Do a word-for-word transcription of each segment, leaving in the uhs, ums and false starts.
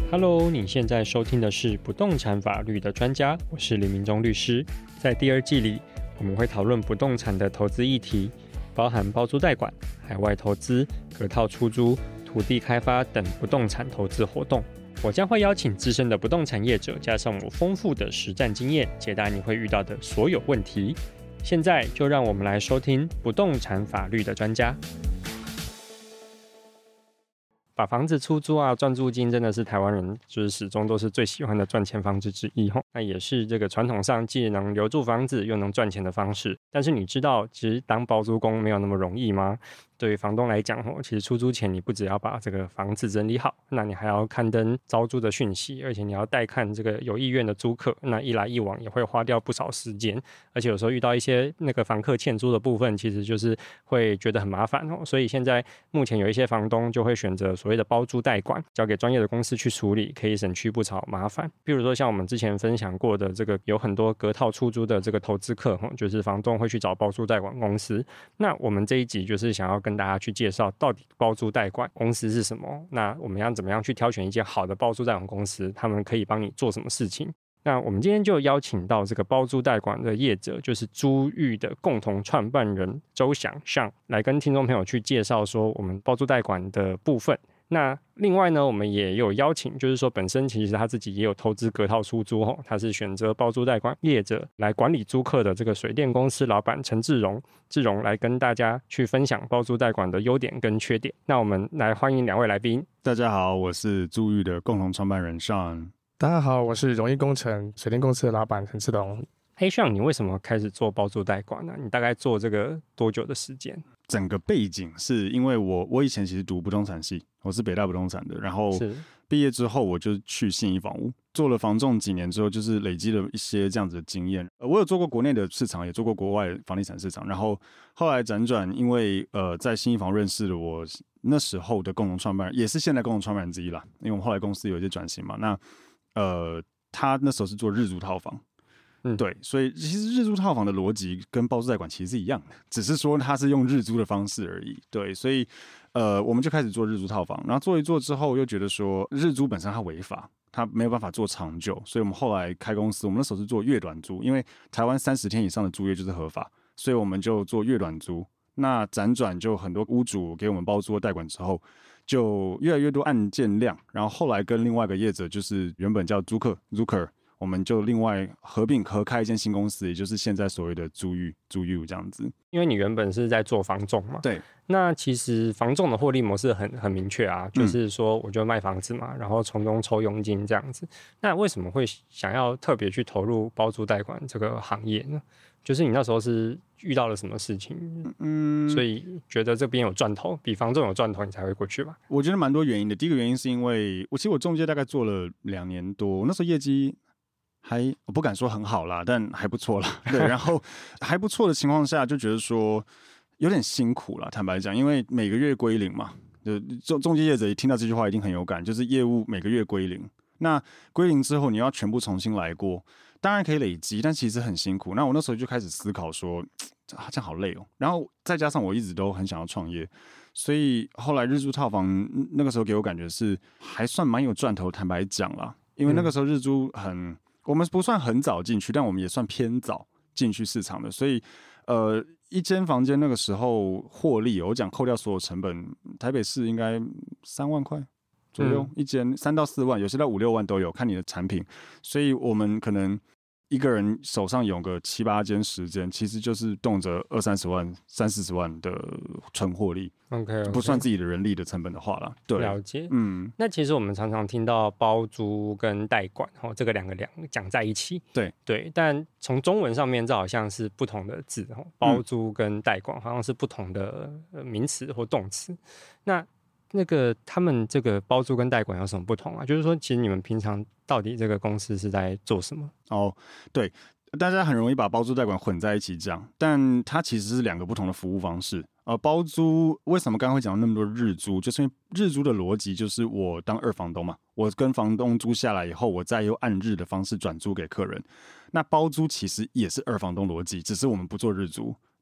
Hello， 你现在收听的是不动产法律的专家，我是李明忠律师。在第二季里，我们会讨论不动产的投资议题，包含包租代管、海外投资、隔套出租、土地开发等不动产投资活动。我将会邀请资深的不动产业者，加上我丰富的实战经验，解答你会遇到的所有问题。现在就让我们来收听不动产法律的专家。把房子出租啊，赚租金真的是台湾人就是始终都是最喜欢的赚钱方式之一，那也是这个传统上既能留住房子又能赚钱的方式。但是你知道其实当包租公没有那么容易吗？对于房东来讲，其实出租前你不只要把这个房子整理好，那你还要刊登招租的讯息，而且你要带看这个有意愿的租客，那一来一往也会花掉不少时间，而且有时候遇到一些那个房客欠租的部分，其实就是会觉得很麻烦，所以现在目前有一些房东就会选择所谓的包租代管，交给专业的公司去处理，可以省去不少麻烦。比如说像我们之前分享过的这个有很多隔套出租的这个投资客，就是房东会去找包租代管公司。那我们这一集就是想要跟大家去介绍到底包租代管公司是什么，那我们要怎么样去挑选一间好的包租代管公司，他们可以帮你做什么事情。那我们今天就邀请到这个包租代管的业者，就是租寓的共同创办人周翔上来跟听众朋友去介绍说我们包租代管的部分。那另外呢，我们也有邀请，就是说本身其实他自己也有投资隔套出租，他是选择包租代管业者来管理租客的这个水电公司老板陈志荣，志荣来跟大家去分享包租代管的优点跟缺点。那我们来欢迎两位来宾。 大家好，我是租寓的共同创办人Sean。 大家好，我是荣毅工程水电公司的老板陈志荣。 嘿，Sean，你为什么开始做包租代管呢？你大概做这个多久的时间？ 整个背景是因为我我以前其实读不动产系，我是北大不动产的，然后毕业之后我就去信义房屋做了房仲几年之后，就是累积了一些这样子的经验。呃，我有做过国内的市场，也做过国外房地产市场，然后后来辗转，因为呃在信义房认识了我那时候的共同创办人，也是现在共同创办人之一啦。因为我们后来公司有一些转型嘛，那呃他那时候是做日租套房。嗯，对，所以其实日租套房的逻辑跟包租代管其实是一样的，只是说它是用日租的方式而已。对，所以呃，我们就开始做日租套房，然后做一做之后，又觉得说日租本身它违法，它没有办法做长久，所以我们后来开公司，我们那时候是做月短租，因为台湾三十天以上的租约就是合法，所以我们就做月短租。那辗转就很多屋主给我们包租代管之后，就越来越多案件量，然后后来跟另外一个业者，就是原本叫租客 Zucker。我们就另外合并合开一间新公司，也就是现在所谓的租寓租寓这样子。 因为你原本是在做房仲嘛， 对。 那其实房仲的获利模式很很明确啊，就是说我就卖房子嘛，然后从中抽佣金这样子。那为什么会想要特别去投入包租代管这个行业呢？就是你那时候是遇到了什么事情，嗯，所以觉得这边有赚头，比房仲有赚头，你才会过去吧？ 我觉得蛮多原因的。第一个原因是因为我其实我中介大概做了两年多，我那时候业绩。还我不敢说很好啦，但还不错啦。对，然后还不错的情况下，就觉得说有点辛苦啦。坦白讲，因为每个月归零嘛，就中中介业者一听到这句话一定很有感，就是业务每个月归零。那归零之后，你要全部重新来过，当然可以累积，但其实很辛苦。那我那时候就开始思考说，啊，这样好累哦。然后再加上我一直都很想要创业，所以后来日租套房那个时候给我感觉是还算蛮有赚头。坦白讲啦，因为那个时候日租很。我们不算很早进去，但我们也算偏早进去市场的，所以呃，一间房间那个时候获利，我讲扣掉所有成本，台北市应该三万块左右，嗯、一间三到四万，有些到五六万都有，看你的产品。所以我们可能一个人手上有个七八间、十间，其实就是动辄二三十万、三四十万的纯获利。 OK， 不算自己的人力的成本的话啦，对， 了解。嗯，那其实我们常常听到包租跟代管，哦，这个两个两讲在一起， 对对。但从中文上面，这好像是不同的字，哦，包租跟代管好像是不同的名词或动词。那那个他们这个包租跟代管有什么不同啊？就是说，其实你们平常到底这个公司是在做什么？ 哦，对。大家很容易把包租代管混在一起讲，但它其实是两个不同的服务方式。呃，包租为什么刚刚会讲到那么多日租，就是因为日租的逻辑就是我当二房东嘛，我跟房东租下来以后，我再用按日的方式转租给客人。那包租其实也是二房东逻辑，只是我们不做日租。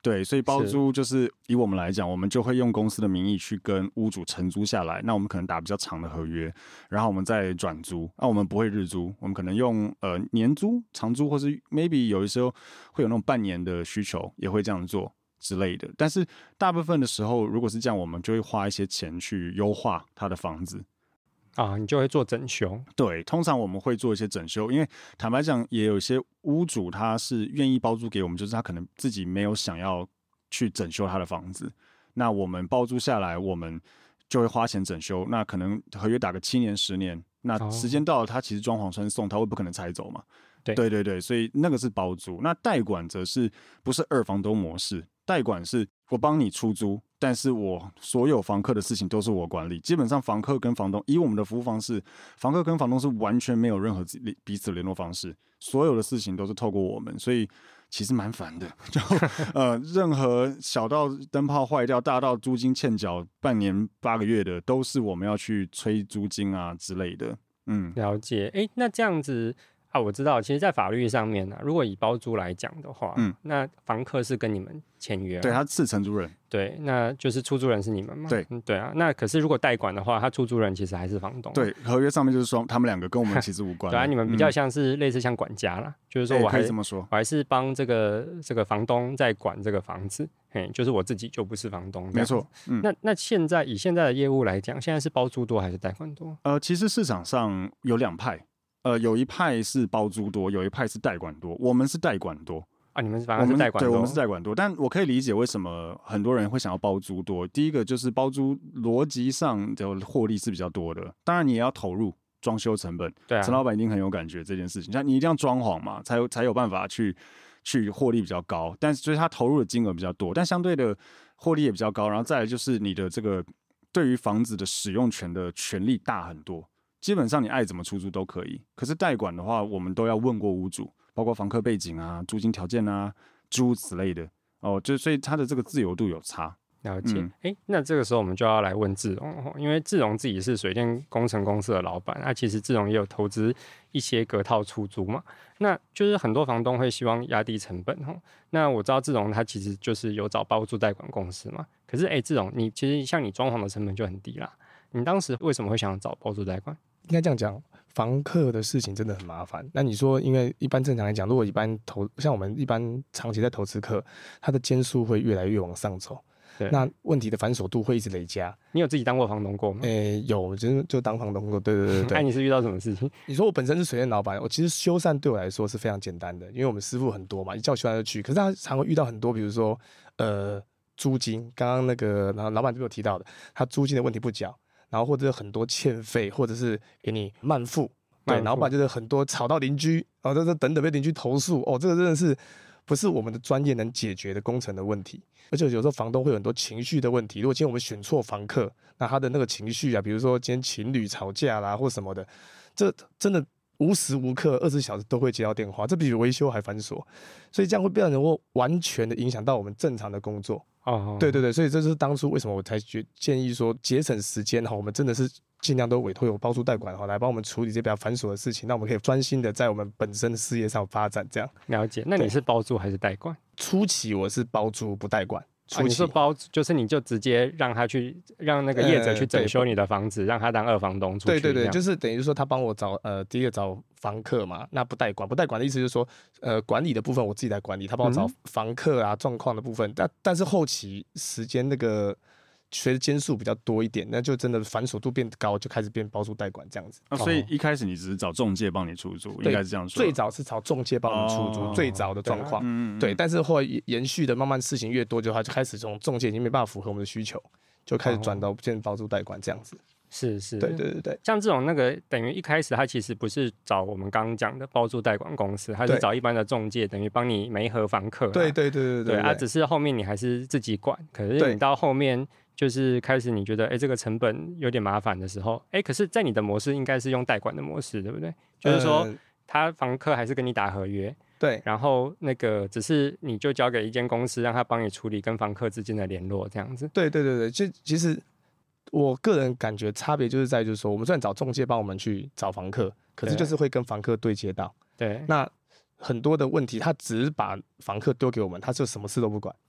对，所以包租就是以我们来讲，我们就会用公司的名义去跟屋主承租下来，那我们可能打比较长的合约，然后我们再转租。那我们不会日租，我们可能用呃年租、长租，或是 maybe 有的时候会有那种半年的需求，也会这样做之类的。但是大部分的时候，如果是这样，我们就会花一些钱去优化他的房子。 啊，你就会做整修。 对，通常我们会做一些整修，因为坦白讲，也有一些屋主他是愿意包租给我们，就是他可能自己没有想要去整修他的房子，那我们包租下来，我们就会花钱整修，那可能合约打个七年、十年，那时间到了，他其实装潢穿送，他会不可能拆走嘛？ 对对对对，所以那个是包租。那代管则是不是二房东模式？代管是我帮你出租，但是我所有房客的事情都是我管理。基本上房客跟房东，以我们的服务方式，房客跟房东是完全没有任何彼此联络方式，所有的事情都是透过我们，所以其实蛮烦的。就呃，任何小到灯泡坏掉，大到租金欠缴半年八个月的，都是我们要去催租金啊之类的。嗯， 了解。哎，那这样子。啊，我知道，其实，在法律上面呢、啊，如果以包租来讲的话，嗯，那房客是跟你们签约， 对，他是承租人， 对，那就是出租人是你们嘛， 对， 嗯，对啊。那可是如果代管的话，他出租人其实还是房东， 对，合约上面就是说他们两个跟我们其实无关， 对啊，你们比较像是类似像管家啦，嗯、就是说我还、 欸、可以这么说， 我还是帮这个这个房东在管这个房子，嘿，就是我自己就不是房东， 没错， 嗯，那那现在以现在的业务来讲，现在是包租多还是代管多？ 呃，其实市场上有两派。呃，有一派是包租多，有一派是代管多。我们是代管多啊，你们反而是代管多， 对，我们是代管多。但我可以理解为什么很多人会想要包租多。第一个就是包租逻辑上的获利是比较多的，当然你也要投入装修成本。 对啊， 陈老板一定很有感觉这件事情，像你一定要装潢嘛，才有才有办法去去获利比较高。但是所以他投入的金额比较多，但相对的获利也比较高。然后再来就是你的这个对于房子的使用权的权利大很多。基本上你爱怎么出租都可以，可是代管的话，我们都要问过屋主，包括房客背景啊、租金条件啊、诸如此类的哦，就所以它的这个自由度有差。 了解，哎、嗯，那这个时候我们就要来问志荣，因为志荣自己是水电工程公司的老板，那、啊、其实志荣也有投资一些隔套出租嘛，那就是很多房东会希望压低成本哈。那我知道志荣他其实就是有找包租代管公司嘛，可是哎，志荣你其实像你装潢的成本就很低啦，你当时为什么会想找包租代管？ 应该这样讲，房客的事情真的很麻烦。那你说，因为一般正常来讲，如果一般投像我们一般长期在投资客，他的间数会越来越往上走，那问题的繁琐度会一直累加。 你有自己当过房东过吗？ 诶、欸，有，就就当房东过。对对对对。 那你是遇到什么事情？ 你说我本身是水电老板，我其实修缮对我来说是非常简单的，因为我们师傅很多嘛，一叫修缮就去。可是他常会遇到很多，比如说呃租金，刚刚那个然后老板这边有提到的，他租金的问题不缴。然后或者是很多欠费，或者是给你慢付，对，然后不然就是很多吵到邻居，哦，这这等等被邻居投诉，哦，这个真的是不是我们的专业能解决的工程的问题。而且有时候房东会有很多情绪的问题，如果今天我们选错房客，那他的那个情绪啊，比如说今天情侣吵架啦或什么的，这真的无时无刻二十四小时都会接到电话，这比维修还繁琐，所以这样会变成会完全的影响到我们正常的工作。哦，对对对，所以这就是当初为什么我才建议说节省时间哈，我们真的是尽量都委托有包租代管哈来帮我们处理这些比较繁琐的事情，那我们可以专心的在我们本身的事业上发展。这样了解。那你是包租还是代管？ 初期我是包租不代管。 哦、你说包就是你就直接让他去让那个业者去整修你的房子，呃、让他当二房东出去。 对对对，就是等于说他帮我找呃第一个找房客嘛，那不代管，不代管的意思就是说呃管理的部分我自己来管理，他帮我找房客啊状况的部分，但但是后期时间那个随着间数比较多一点，那就真的繁琐度变高，就开始变包租代管这样子。 啊，所以一开始你只是找仲介帮你出租，应该是这样说。 最早是找仲介帮我们出租，哦、最早的状况，对, 嗯嗯对，但是后来延续的慢慢事情越多，就他就开始从仲介已经没办法符合我们的需求，就开始转到变成包租代管这样子。 是是， 对对对对， 像这种那个等于一开始他其实不是找我们刚刚讲的包租代管公司，他是找一般的仲介，等于帮你媒合房客。 对对对对 对, 对, 对啊，只是后面你还是自己管，可是你到后面就是开始你觉得哎、欸、这个成本有点麻烦的时候，哎、欸、可是在你的模式应该是用代管的模式，对不对？就是说他房客还是跟你打合约。 对， 然后那个只是你就交给一间公司，让他帮你处理跟房客之间的联络，这样子。 对对对对，就其实。我个人感觉差别就是在，就是说，我们虽然找仲介帮我们去找房客，可是就是会跟房客对接到。 对， 那很多的问题，他只是把房客丢给我们，他就什么事都不管。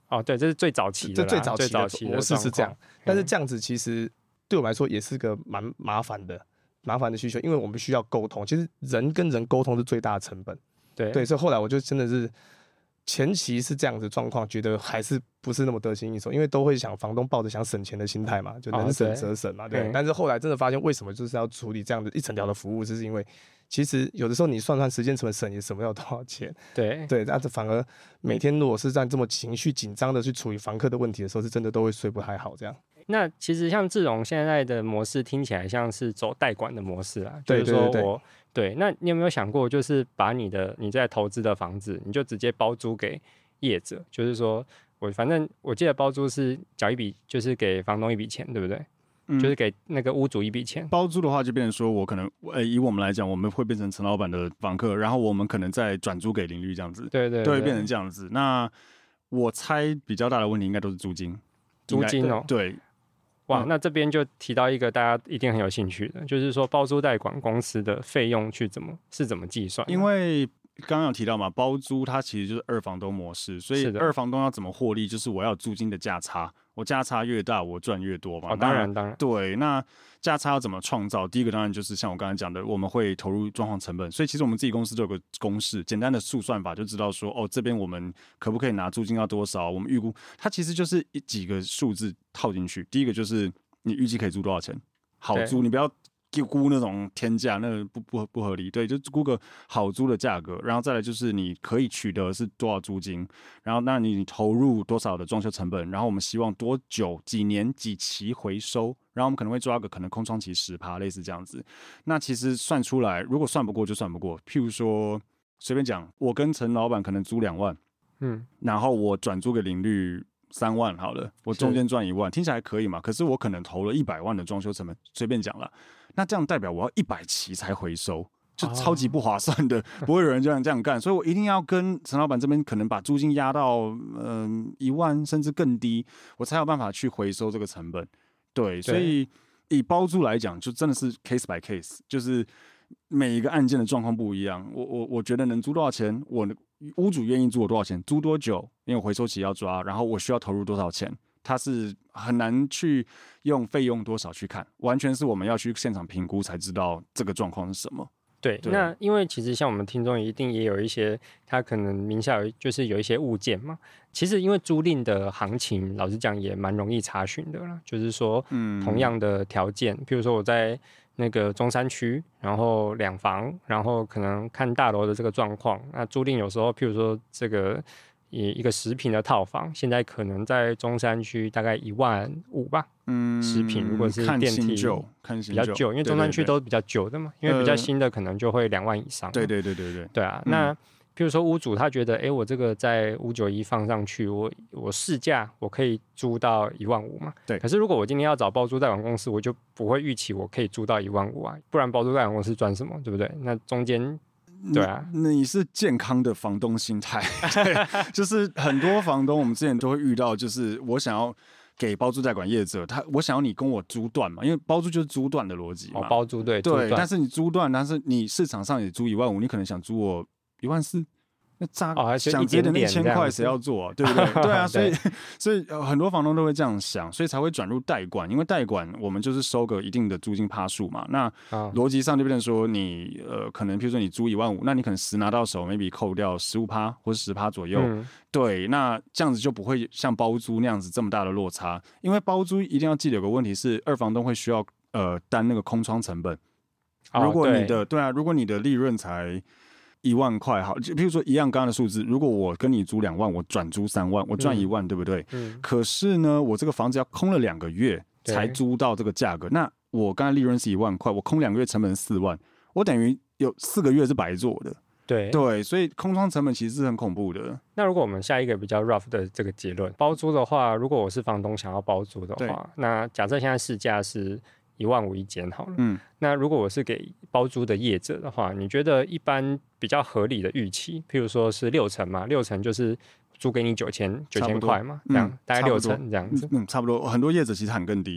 哦，对，这是最早期的， 这最早期的模式是这样。但是这样子其实对我们来说也是个蛮麻烦的、麻烦的需求，因为我们需要沟通。其实人跟人沟通是最大的成本。 对对，所以后来我就真的是前期是这样子状况，觉得还是不是那么得心应手，因为都会想房东抱着想省钱的心态嘛，就能省则省嘛，哦、对。对但是后来真的发现，为什么就是要处理这样子一整条的服务，就是因为其实有的时候你算算时间成本省也省不了多少钱。 对对，但是反而每天如果是在这么情绪紧张的去处理房客的问题的时候，是真的都会睡不太好这样。 那其实像志荣现在的模式听起来像是走代管的模式啊， 对对对对， 就是说我对，那你有没有想过，就是把你的你在投资的房子，你就直接包租给业者，就是说我反正我记得包租是缴一笔，就是给房东一笔钱，对不对？嗯、就是给那个屋主一笔钱。 包租的话，就变成说我可能，呃，以我们来讲，我们会变成陈老板的房客，然后我们可能再转租给邻居这样子。 对对 对, 对，变成这样子。那我猜比较大的问题应该都是租金。 租金哦。 对。 哇，那这边就提到一个大家一定很有兴趣的，就是说包租代管公司的费用去怎么是怎么计算？ 因为刚刚有提到嘛，包租它其实就是二房东模式，所以二房东要怎么获利，就是我要有租金的价差，我价差越大，我赚越多嘛。 哦，当然当然。 对，那价差要怎么创造？第一个当然就是像我刚才讲的，我们会投入装潢成本，所以其实我们自己公司就有个公式，简单的速算法就知道说，哦，这边我们可不可以拿租金要多少？我们预估它其实就是几个数字套进去。第一个就是你预计可以租多少钱，好租，你不要估那种天价，那个不不不合理。对，就估个好租的价格，然后再来就是你可以取得是多少租金，然后那你投入多少的装修成本，然后我们希望多久、几年、几期回收，然后我们可能会抓个可能空窗期十趴，类似这样子。那其实算出来，如果算不过就算不过。譬如说，随便讲，我跟陈老板可能租两万，嗯，然后我转租给邻居三万好了，我中间赚一万，听起来还可以嘛？可是我可能投了一百万的装修成本，随便讲了。那这样代表我要一百期才回收，就超级不划算的，哦、不会有人这样这样干，所以我一定要跟陈老板这边可能把租金压到嗯一万甚至更低，我才有办法去回收这个成本。对，所以以包租来讲，就真的是 case by case， 就是每一个案件的状况不一样。我我我觉得能租多少钱，我屋主愿意租我多少钱，租多久，因为我回收期要抓，然后我需要投入多少钱。它是很难去用费用多少去看，完全是我们要去现场评估才知道这个状况是什么。 对，对那因为其实像我们听众一定也有一些，他可能名下有就是有一些物件嘛。其实因为租赁的行情，老实讲也蛮容易查询的啦。就是说，嗯，同样的条件，譬如说我在那个中山区，然后两房，然后可能看大楼的这个状况，那租赁有时候譬如说这个。以一个十坪的套房，现在可能在中山区大概一万五吧。嗯，十坪如果是电梯比较旧，因为中山区都是比较旧的嘛，因为比较新的可能就会两万以上。 对对对对对。 对啊，那譬如说屋主他觉得，哎、欸，我这个在五九一放上去，我我市价我可以租到一万五嘛。 对。 可是如果我今天要找包租代管公司，我就不会预期我可以租到一万五啊，不然包租代管公司赚什么，对不对？那中间。对啊， 你是健康的房东心态，对，就是很多房东我们之前都会遇到，就是我想要给包租代管业者，他我想要你跟我租断嘛，因为包租就是租断的逻辑嘛， 哦，包租对对，但是你租断，但是你市场上也租一万五，你可能想租我一万四。那渣哦， 想接的那一千块谁要做啊？对不对？对啊，所以所以很多房东都会这样想，所以才会转入代管。因为代管我们就是收个一定的租金趴数嘛。那逻辑上就变成说你呃，可能譬如说你租一万五，那你可能十拿到手 ，maybe 扣掉十五趴或者十趴左右。嗯、对，那这样子就不会像包租那样子这么大的落差。因为包租一定要记得有个问题是，二房东会需要呃担那个空窗成本。 哦、 如果你的 对, 对啊，如果你的利润才一万块好，就譬如说一样刚刚的数字，如果我跟你租两万，我转租三万，我赚一万、嗯，对不对？嗯。可是呢，我这个房子要空了两个月才租到这个价格，那我刚才利润是一万块，我空两个月成本是四万，我等于有四个月是白做的。 对对，所以空窗成本其实是很恐怖的。 那如果我们下一个比较 rough 的这个结论，包租的话，如果我是房东想要包租的话，那假设现在市价是一万五一间好了，嗯，那如果我是给包租的业者的话，你觉得一般比较合理的预期，譬如说是六成嘛，六成就是租给你九千九千块嘛，这样、嗯、大概六成这样子， 嗯，差不多。很多业者其实喊更低，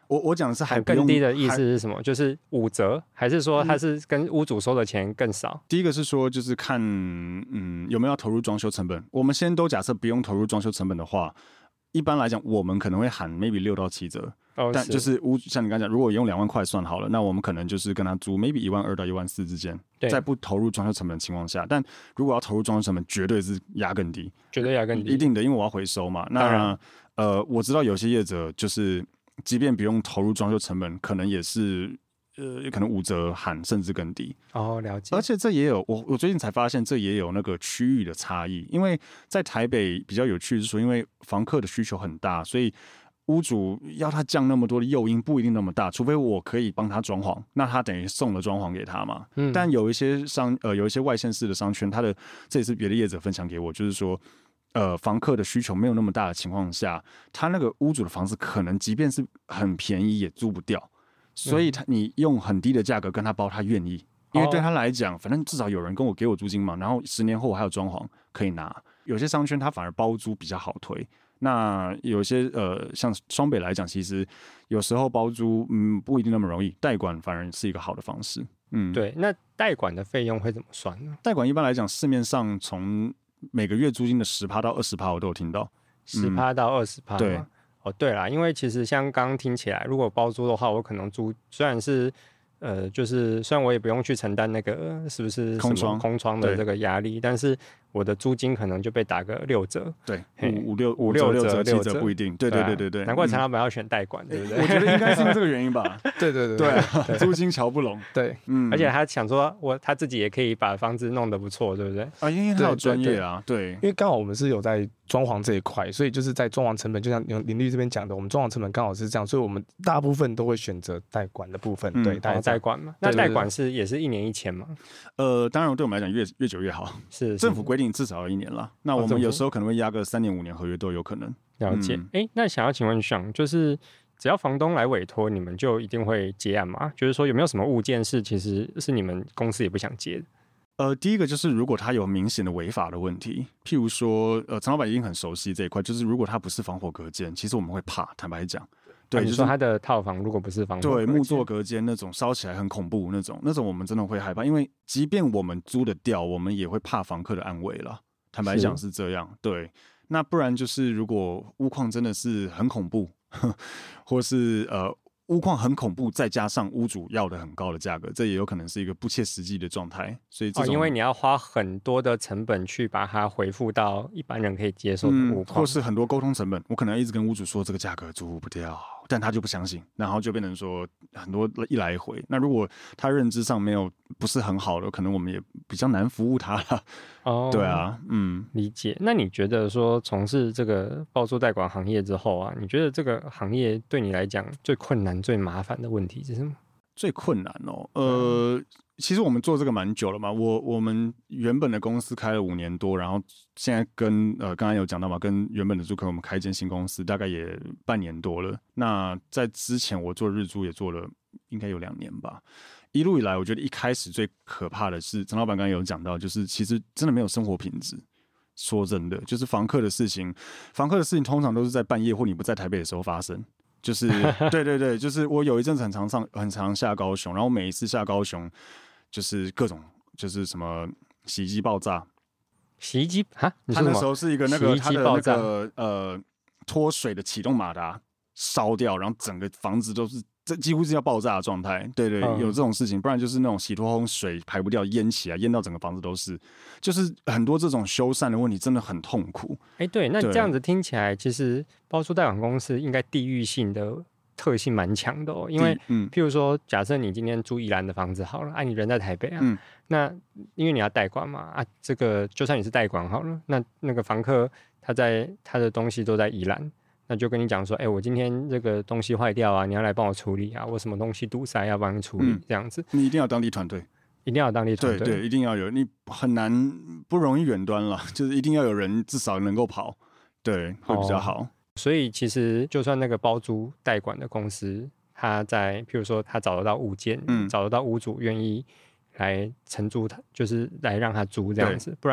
我我讲的是还不用更低的意思是什么？就是五折，还是说它是跟屋主收的钱更少？ 第一个是说，就是看嗯有没有要投入装修成本。我们先都假设不用投入装修成本的话，一般来讲我们可能会喊 maybe 六到七折。 哦、 但就是屋像你刚才讲，如果用两万块算好了，那我们可能就是跟他租 maybe 一万二到一万四之间，在不投入装修成本的情况下。但如果要投入装修成本，绝对是压更低， 绝对压更低， 一定的，因为我要回收嘛。那呃，我知道有些业者就是，即便不用投入装修成本，可能也是呃，可能五折喊甚至更低。 哦，了解。 而且这也有我我最近才发现，这也有那个区域的差异。因为在台北比较有趣是说，因为房客的需求很大，所以屋主要他降那么多的诱因不一定那么大，除非我可以帮他装潢，那他等于送了装潢给他嘛。嗯。但有一些商呃有一些外县市的商圈，他的这也是别的业者分享给我，就是说，呃，房客的需求没有那么大的情况下，他那个屋主的房子可能即便是很便宜也租不掉，所以他你用很低的价格跟他包，他愿意，因为对他来讲，反正至少有人跟我给我租金嘛，然后十年后我还有装潢可以拿。有些商圈他反而包租比较好推。那有些呃，像双北来讲，其实有时候包租嗯不一定那么容易，代管反而是一个好的方式。嗯， 对。那代管的费用会怎么算呢？ 代管一般来讲，市面上从每个月租金的十趴到二十趴，我都有听到。 十趴到二十趴， 对。 哦，对啦，因为其实像刚刚听起来，如果包租的话，我可能租虽然是。呃，就是虽然我也不用去承担那个是不是空窗空窗的这个压力，但是我的租金可能就被打个六折， 对，五五六五六折、 六折不一定，对对对对对。 难怪陈老板要选代管，对不对？ 我觉得应该是因为这个原因吧。 对对对对，租金瞧不拢。 对， 嗯，而且他想说，我他自己也可以把房子弄得不错，对不对？ 啊，因为他有专业啊，对。 因为刚好我们是有在装潢这一块，所以就是在装潢成本，就像林律这边讲的，我们装潢成本刚好是这样，所以我们大部分都会选择代管的部分。对，代代管嘛，那代管是也是一年一签嘛？ 呃，当然对我们来讲越越久越好， 是政府规定至少要一年啦。那我们有时候可能会压个三年五年合约都有可能。 了解。哎、嗯，那想要请问想就是只要房东来委托，你们就一定会接案吗？就是说有没有什么物件是其实是你们公司也不想接的？ 呃，第一个就是如果他有明显的违法的问题，譬如说，呃，陈老板一定很熟悉这一块，就是如果他不是防火隔间，其实我们会怕，坦白讲。对， 啊、你说他的套房如果不是防火隔间， 对，木作隔间那种烧起来很恐怖那种，那种我们真的会害怕，因为即便我们租得掉，我们也会怕房客的安危啦。坦白讲是这样，对。那不然就是如果屋况真的是很恐怖，或是呃屋况很恐怖，再加上屋主要的很高的价格，这也有可能是一个不切实际的状态。所以这种、 哦，因为你要花很多的成本去把它恢复到一般人可以接受的屋况、 嗯，或是很多沟通成本，我可能要一直跟屋主说这个价格租不掉，但他就不相信，然后就变成说很多一来一回。那如果他认知上没有不是很好的，可能我们也比较难服务他了。哦，对啊，嗯， 理解。那你觉得说从事这个包租代管行业之后啊，你觉得这个行业对你来讲最困难、最麻烦的问题是什么？ 最困难哦，呃，嗯、其实我们做这个蛮久了嘛。我我们原本的公司开了五年多，然后现在跟呃刚才有讲到嘛，跟原本的租客我们开一间新公司，大概也半年多了。那在之前我做日租也做了应该有两年吧。一路以来，我觉得一开始最可怕的是陈老板刚刚有讲到，就是其实真的没有生活品质。说真的，就是房客的事情，房客的事情通常都是在半夜或你不在台北的时候发生。就是对对对，就是我有一阵子很常上很常下高雄，然后每一次下高雄，就是各种就是什么洗衣机爆炸， 洗衣机啊？ 他那时候是一个那个他的那个呃脱水的启动马达烧掉，然后整个房子都是。这几乎是要爆炸的状态，对对，嗯、有这种事情，不然就是那种洗脱烘水排不掉，淹起来，淹到整个房子都是，就是很多这种修缮的问题，真的很痛苦。 哎、欸，对，那这样子听起来，其实包租代管公司应该地域性的特性蛮强的哦，因为，嗯，譬如说，假设你今天租宜兰的房子好了，啊，你人在台北啊，嗯、那因为你要代管嘛，啊，这个就算你是代管好了，那那个房客他在他的东西都在宜兰。那就跟你讲说，哎、欸，我今天这个东西坏掉啊，你要来帮我处理啊，我什么东西堵塞要帮你处理，嗯、这样子。 你一定要当地团队， 一定要有当地团队， 对对，一定要有，你很难不容易远端了，就是一定要有人至少能够跑，对，会比较好。哦、 所以其实就算那个包租代管的公司，他在譬如说他找得到物件，嗯，找得到屋主愿意来承租他，就是来让他租这样子，不然。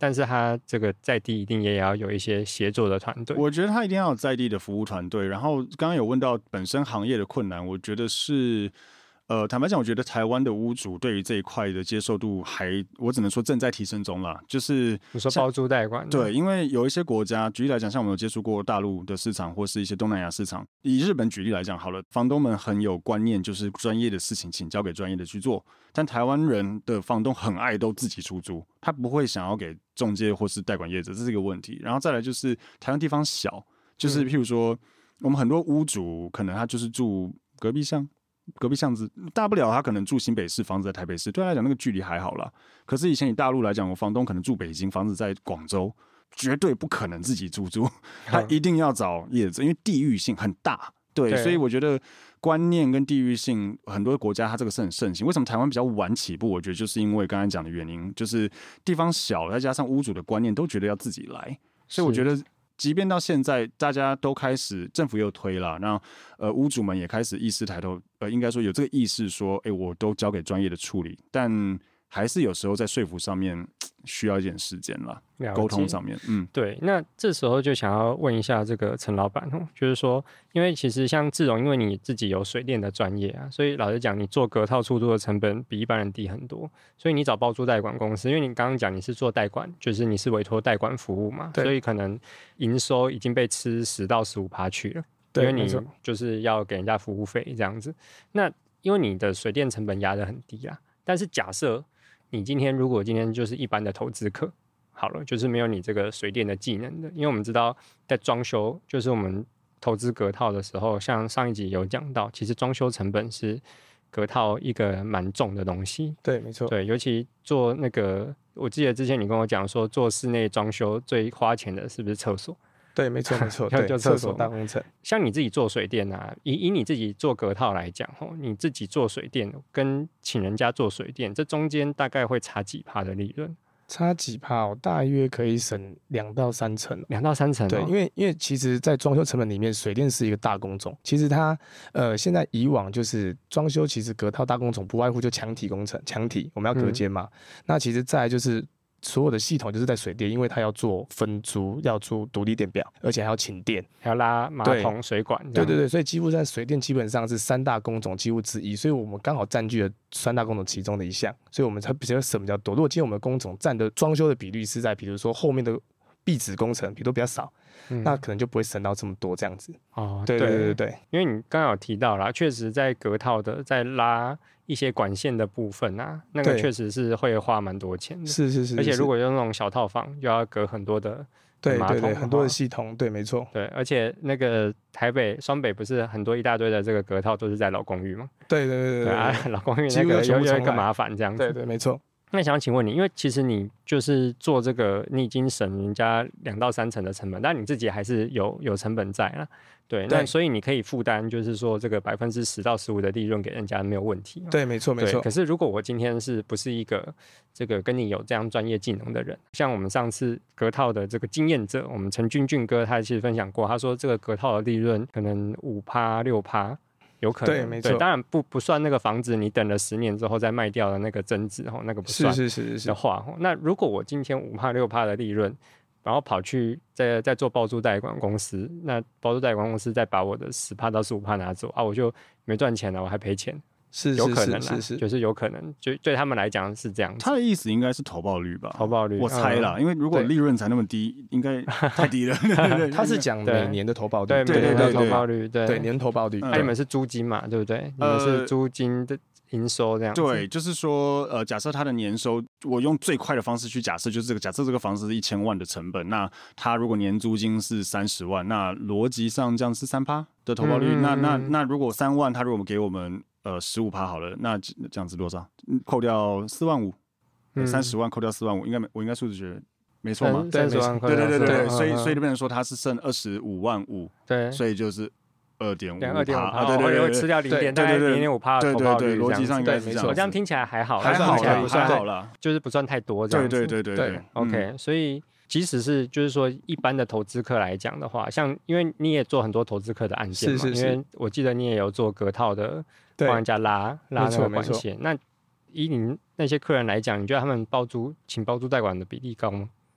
但是它这个在地一定也要有一些协作的团队。 我觉得它一定要有在地的服务团队。然后刚刚有问到本身行业的困难，我觉得是。呃，坦白讲，我觉得台湾的屋主对于这一块的接受度还，我只能说正在提升中啦。就是你说包租代管， 对，因为有一些国家，举例来讲，像我们有接触过大陆的市场，或是一些东南亚市场。以日本举例来讲好了，房东们很有观念，就是专业的事情请交给专业的去做。但台湾人的房东很爱都自己出租，他不会想要给中介或是代管业者，这是一个问题。然后再来就是台湾地方小，就是譬如说，我们很多屋主可能他就是住隔壁巷。隔壁巷子，大不了他可能住新北市，房子在台北市，对他来讲那个距离还好啦。可是以前以大陆来讲，我房东可能住北京，房子在广州，绝对不可能自己出租，他一定要找业者，因为地域性很大。对，对所以我觉得观念跟地域性，很多国家它这个是很盛行。为什么台湾比较晚起步？我觉得就是因为刚才讲的原因，就是地方小，再加上屋主的观念都觉得要自己来，所以我觉得。即便到现在，大家都开始，政府又推了，那呃屋主们也开始意识抬头，呃，应该说有这个意识说，哎，我都交给专业的处理，但还是有时候在说服上面需要一点时间啦，沟通上面，嗯， 对。那这时候就想要问一下这个陈老板哦，就是说，因为其实像志荣，因为你自己有水电的专业啊，所以老实讲，你做隔套出租的成本比一般人低很多，所以你找包租代管公司，因为你刚刚讲你是做代管，就是你是委托代管服务嘛，所以可能营收已经被吃十到十五趴去了，因为你就是要给人家服务费这样子。那因为你的水电成本压得很低啊，但是假设你今天如果今天就是一般的投资客，好了，就是没有你这个水电的技能的，因为我们知道在装修，就是我们投资隔套的时候，像上一集有讲到，其实装修成本是隔套一个蛮重的东西。 对，没错。 对，尤其做那个，我记得之前你跟我讲说，做室内装修最花钱的是不是厕所？ 对，没错没错， 对，就厕所大工程。 像你自己做水电啊，以以你自己做隔套来讲，你自己做水电跟请人家做水电，这中间大概会差几趴的利润？ 差几趴哦，大约可以省两到三成。 两到三成、哦， 对，因为因为其实，在装修成本里面，水电是一个大工种。其实它呃，现在以往就是装修，其实隔套大工种不外乎就墙体工程，墙体我们要隔间嘛。嗯、那其实再来就是所有的系统就是在水电，因为它要做分租，要做独立电表，而且还要请电， 还要拉马桶、水管。 对对对，所以几乎在水电基本上是三大工种几乎之一，所以我们刚好占据了三大工种其中的一项，所以我们才比较省比较多。如果今天我们的工种占的装修的比率是在比如说后面的壁纸工程，比如说比较少。嗯、那可能就不会省到这么多这样子哦。 对对对对对， 因为你刚刚有提到啦，确实在隔套的在拉一些管线的部分啊，那个确实是会花蛮多钱的。 是是是， 而且如果用那种小套房，就要隔很多的对对对，很多的系统，对，没错。 对，而且那个台北、双北不是很多一大堆的这个隔套都是在老公寓吗？ 对对对对对， 啊，老公寓那个有有一个麻烦这样子。 对对，没错。 那想要请问你，因为其实你就是做这个，你已经省人家两到三成的成本，但你自己还是有有成本在啦。对，那所以你可以负担，就是说这个百分之十到十五的利润给人家没有问题。 对，没错没错。 可是如果我今天是不是一个这个跟你有这样专业技能的人，像我们上次隔套的这个经验者，我们陈俊俊哥他其实分享过，他说这个隔套的利润可能五趴六趴。有可能， 对，没错。 当然不不算那个房子，你等了十年之后再卖掉的那个增值哦，那个不算。 是是是是的话，那如果我今天五趴六趴的利润，然后跑去再再做包租代管公司，那包租代管公司再把我的十趴到十五趴拿走啊，我就没赚钱了，我还赔钱。 是有可能是是是， 就是有可能，就对他们来讲是这样子。 他的意思应该是投报率吧？ 投报率， 我猜啦，嗯、因为如果利润才那么低，应该太低了。 他是讲每年的投报率， 对对对对，投报率，对对年投报率。 那你们是租金嘛，对不对？你们是租金的营收这样子。 对，就是说，呃，假设他的年收，我用最快的方式去假设，就是这个假设这个房子是一千万的成本，那他如果年租金是三十万，那逻辑上这样是三趴的投报率。嗯、那那那如果三万，他如果给我们呃十五趴好了，那这样子多少？扣掉四万五，三十万扣掉四万五，应该我应该数字学没错吗？ 三十万扣对对对对对， 嗯、 所以所以就变成说他是剩二十五万五， 对， 所以就是二点五趴， 二点五趴， 对对对， 吃掉零点，大概零点五趴的投报率， 逻辑上应该是这样。 我这样听起来还好， 还好还不算好了， 就是不算太多这样子。 对对对对对 ，OK， 所以。即使是就是说一般的投资客来讲的话，像因为你也做很多投资客的案件嘛， 是是是， 因为我记得你也有做隔套的，帮人家拉拉那个管线。那以你那些客人来讲，你觉得他们包租请包租代管的比例高吗？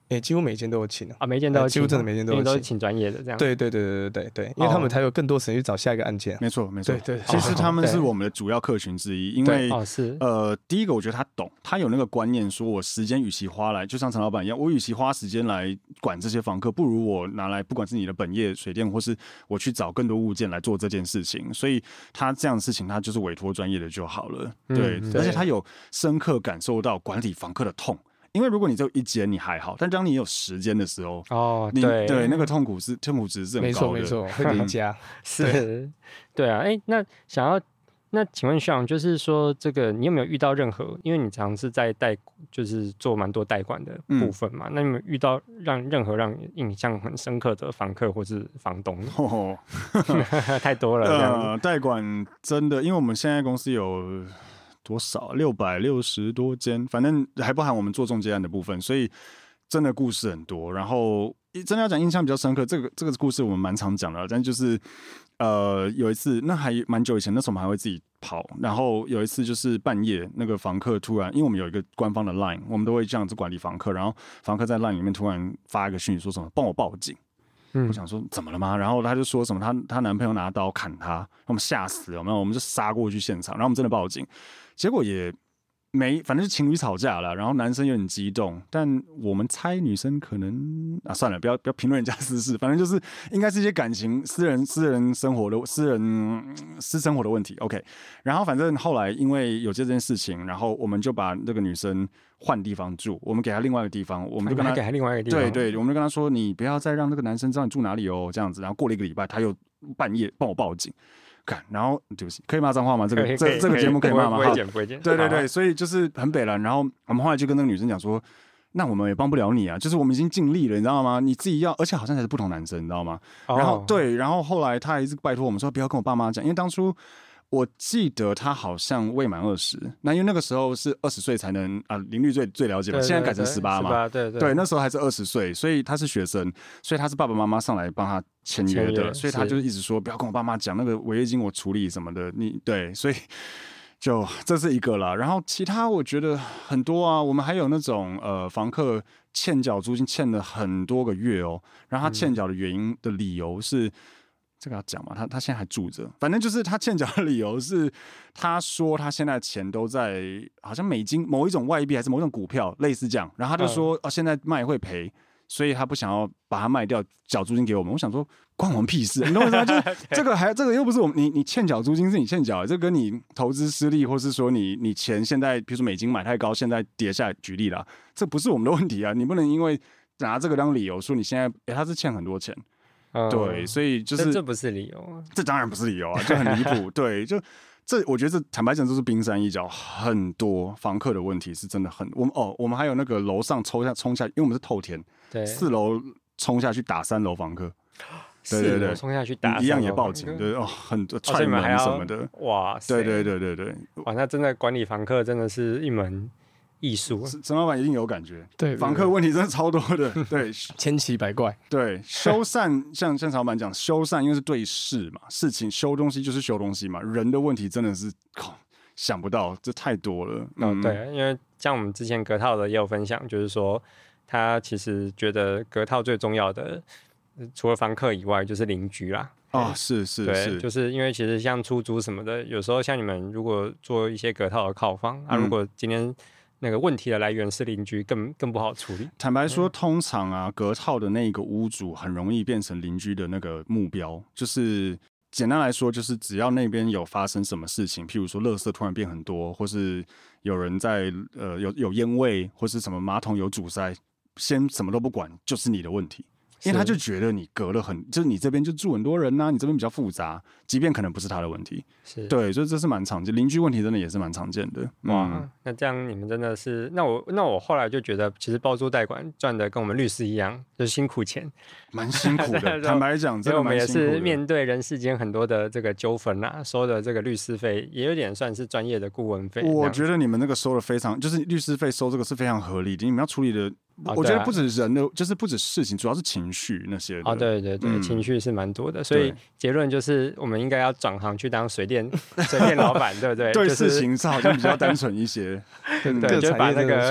哎、欸，几乎每一间都有请啊，每一间都有请， 几乎真的每一间都有请， 都是请专业的这样。 对对对对对对，因为他们才有更多时间去找下一个案件。 没错没错， 对对， 其实他们是我们的主要客群之一，因为哦是呃，第一个我觉得他懂，他有那个观念，说我时间与其花来，就像陈老板一样，我与其花时间来管这些房客，不如我拿来不管是你的本业水电，或是我去找更多物件来做这件事情。所以他这样的事情，他就是委托专业的就好了。对，嗯、而且他有深刻感受到管理房客的痛。因为如果你只有一间你还好，但当你有十间的时候， 哦， 你对对那个痛苦是痛苦值是很高的， 没错没错，会叠加。 是，对啊，哎，那想要那请问学长，就是说这个你有没有遇到任何？因为你常是在代，就是做蛮多代管的部分嘛，嗯、那你有没有遇到让任何让你印象很深刻的房客或是房东？哦，太多了，这样子。 呃，代管真的，因为我们现在公司有。多少六百六十多间，反正还不含我们做中介案的部分，所以真的故事很多。然后真的要讲印象比较深刻，这个这个故事我们蛮常讲的，但就是呃有一次，那还蛮久以前，那时候我们还会自己跑。然后有一次就是半夜，那个房客突然，因为我们有一个官方的 line， 我们都会这样子管理房客，然后房客在 line 里面突然发一个讯息，说什么帮我报警。我想说怎么了吗？然后他就说什么他他男朋友拿刀砍他，我们吓死了，有没有？我们就杀过去现场，然后我们真的报警，结果也没，反正是情侣吵架了，然后男生有点激动，但我们猜女生可能啊，算了，不要不要评论人家私事，反正就是应该是一些感情、私人、私人生活的、私人私生活的问题。OK， 然后反正后来因为有这件事情，然后我们就把那个女生换地方住，我们给她另外一个地方，我们就跟她给她另外一个地方， 对对，我们就跟她说，你不要再让那个男生知道你住哪里哦，这样子。然后过了一个礼拜，他又半夜帮我报警。然后对不起，可以骂脏话吗？这个这这个节目可以骂吗？ 不会剪，不会剪。 对对对，所以就是很北蓝。然后我们后来就跟那个女生讲说，那我们也帮不了你啊，就是我们已经尽力了，你知道吗？你自己要，而且好像才是不同男生，你知道吗？然后对，然后后来他还一直拜托我们说，不要跟我爸妈讲，因为当初我记得他好像未满二十，那因为那个时候是二十岁才能啊，林律最最了解嘛，现在改成十八嘛， 对对对，那时候还是二十岁，所以他是学生，所以他是爸爸妈妈上来帮他签约的，所以他就一直说不要跟我爸妈讲那个违约金我处理什么的，你对，所以就这是一个啦。然后其他我觉得很多啊，我们还有那种呃房客欠缴租金欠了很多个月哦，然后他欠缴的原因的理由是。这个要讲嘛？他他现在还住着，反正就是他欠缴的理由是，他说他现在钱都在好像美金某一种外币还是某种股票，类似这样。然后他就说、嗯、哦，现在卖会赔，所以他不想要把它卖掉，缴租金给我们。我想说，关我们屁事，你懂我意思吗？就是这个还这个又不是我们你你欠缴租金是你欠缴的，这跟你投资失利，或是说你你钱现在比如说美金买太高，现在跌下来，举例啦，这不是我们的问题啊，你不能因为拿这个当理由说你现在哎他是欠很多钱。对，所以就是这, 这不是理由啊， 这当然不是理由啊，就很离谱。对，就这，我觉得这坦白讲，就是冰山一角。很多房客的问题是真的很，我们哦，我们还有那个楼上抽下冲下，因为我们是透天， 对， 四楼冲下去打三楼房客， 对对对，冲下去打一样也报警，对哦，很多踹门什么的， 哇， 对对对对对， 哇，那真的管理房客真的是一门。艺术， 陈老板一定有感觉。 对， 房客问题真的超多的，对， 千奇百怪。 对，修缮像像陈老板讲，修缮因为是对事嘛，事情修东西就是修东西嘛，人的问题真的是靠想不到，这太多了。 嗯，对，因为像我们之前隔套的也有分享，就是说他其实觉得隔套最重要的，除了房客以外，就是邻居啦。 哦，是是是， 就是因为其实像出租什么的，有时候像你们如果做一些隔套的靠房、嗯、啊，如果今天那个问题的来源是邻居，更更不好处理。 坦白说，通常啊，隔套的那个屋主很容易变成邻居的那个目标。就是简单来说，就是只要那边有发生什么事情，譬如说垃圾突然变很多，或是有人在呃有有烟味，或是什么马桶有阻塞，先什么都不管，就是你的问题。因为他就觉得你隔了很，就是你这边就住很多人呐、啊，你这边比较复杂，即便可能不是他的问题， 是对，所以这是蛮常见，邻居问题真的也是蛮常见的。 哇、嗯，那这样你们真的是，那我那我后来就觉得，其实包租代管赚的跟我们律师一样，就是辛苦钱， 蛮辛苦的。坦白讲，真的蛮辛苦的。 我们也是面对人世间很多的这个纠纷啊，收的这个律师费也有点算是专业的顾问费。 我觉得你们那个收的非常，就是律师费收这个是非常合理的，你们要处理的。哦、我觉得不止人的，就是不止事情，主要是情绪那些的。 哦，对对对，嗯、情绪是蛮多的，所以结论就是我们应该要转行去当水电水电老板，对不对？ 对， 就是、 事情是好像比较单纯一些。 对对，就把那个